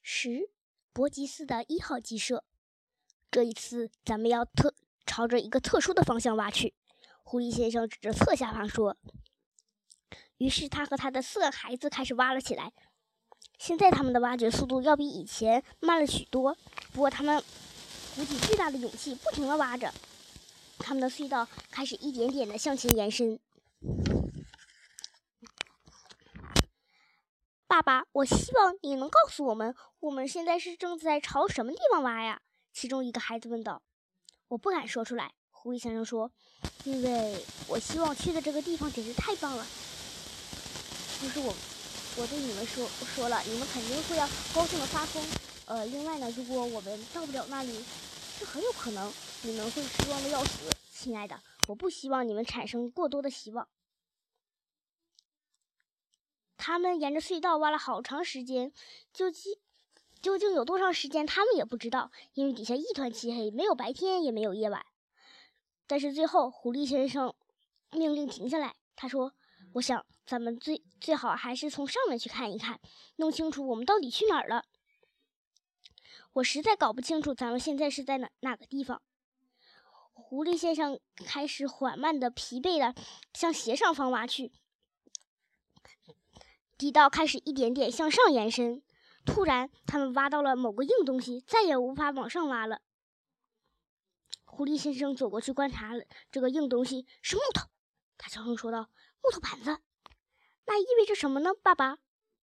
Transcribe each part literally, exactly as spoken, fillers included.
十，伯吉斯的一号鸡舍。这一次，咱们要特朝着一个特殊的方向挖去。狐狸先生指着侧下方说。于是他和他的四个孩子开始挖了起来。现在他们的挖掘速度要比以前慢了许多，不过他们鼓起巨大的勇气，不停地挖着。他们的隧道开始一点点地向前延伸。爸爸，我希望你能告诉我们，我们现在是正在朝什么地方挖呀？其中一个孩子问道。我不敢说出来，狐狸先生说，因为我希望去的这个地方简直太棒了。不是我，我对你们说说了，你们肯定会要高兴的发疯。呃，另外呢，如果我们到不了那里，是很有可能你们会失望的要死。亲爱的，我不希望你们产生过多的希望。他们沿着隧道挖了好长时间，究竟究竟有多长时间，他们也不知道，因为底下一团漆黑，没有白天，也没有夜晚。但是最后，狐狸先生命令停下来。他说：“我想咱们最最好还是从上面去看一看，弄清楚我们到底去哪儿了。我实在搞不清楚咱们现在是在哪哪个地方。”狐狸先生开始缓慢的、疲惫的向斜上方挖去。地道开始一点点向上延伸，突然，他们挖到了某个硬东西，再也无法往上挖了。狐狸先生走过去观察了这个硬东西，是木头。他小声说道：“木头板子，那意味着什么呢，爸爸？”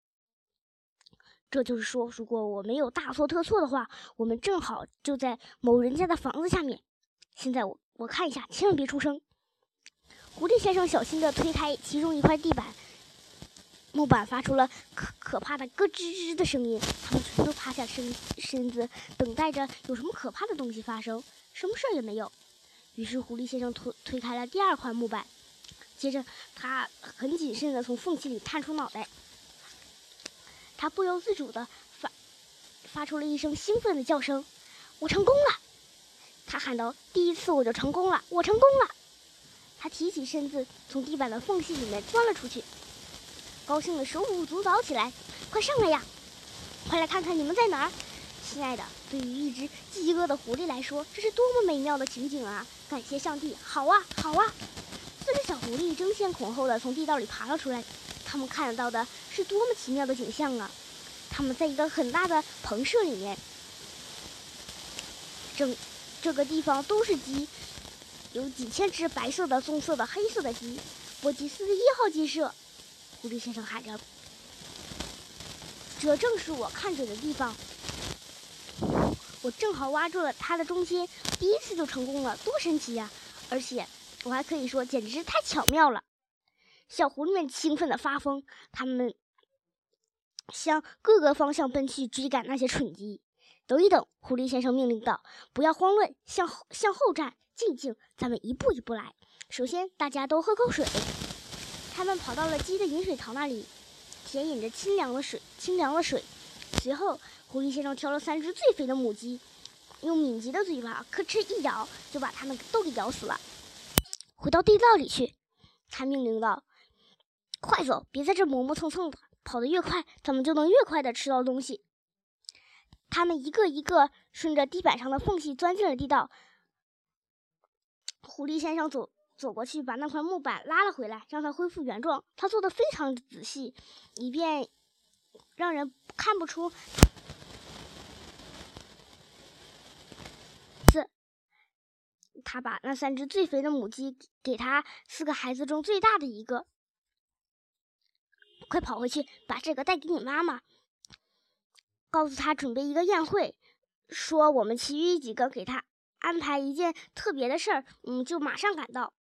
这就是说，如果我没有大错特错的话，我们正好就在某人家的房子下面。现在我我看一下，千万别出声。狐狸先生小心地推开其中一块地板。木板发出了可可怕的咯吱吱的声音，他们全都趴下身身子，等待着有什么可怕的东西发生。什么事也没有。于是狐狸先生推推开了第二块木板，接着他很谨慎地从缝隙里探出脑袋。他不由自主地发发出了一声兴奋的叫声：“我成功了！”他喊道：“第一次我就成功了，我成功了！”他提起身子，从地板的缝隙里面钻了出去。高兴的手舞足蹈起来，快上来呀！快来看看你们在哪儿！亲爱的，对于一只饥饿的狐狸来说，这是多么美妙的情景啊！感谢上帝！好啊，好啊！四只小狐狸争先恐后地从地道里爬了出来，他们看到的是多么奇妙的景象啊！他们在一个很大的棚舍里面，整这个地方都是鸡，有几千只白色的、棕色的、黑色的鸡。伯吉斯的一号鸡舍。狐狸先生喊着：“这正是我看准的地方，我正好挖住了它的中间，第一次就成功了，多神奇呀！而且我还可以说，简直是太巧妙了。”小狐狸们兴奋地发疯，他们向各个方向奔去，追赶那些蠢鸡。等一等，狐狸先生命令道：“不要慌乱，向后向后站，静静，咱们一步一步来。首先，大家都喝口水。”他们跑到了鸡的饮水槽那里，舔饮着清凉的水。清凉的水。随后，狐狸先生挑了三只最肥的母鸡，用敏捷的嘴巴咯吱一咬，就把它们都给咬死了。回到地道里去，他命令道：“快走，别在这磨磨蹭蹭的，跑得越快，咱们就能越快地吃到东西。”他们一个一个顺着地板上的缝隙钻进了地道。狐狸先生走。走过去，把那块木板拉了回来，让它恢复原状。他做得非常仔细，以便让人看不出。他把那三只最肥的母鸡给他四个孩子中最大的一个。快跑回去，把这个带给你妈妈，告诉她准备一个宴会，说我们其余几个给她安排一件特别的事儿，嗯，就马上赶到。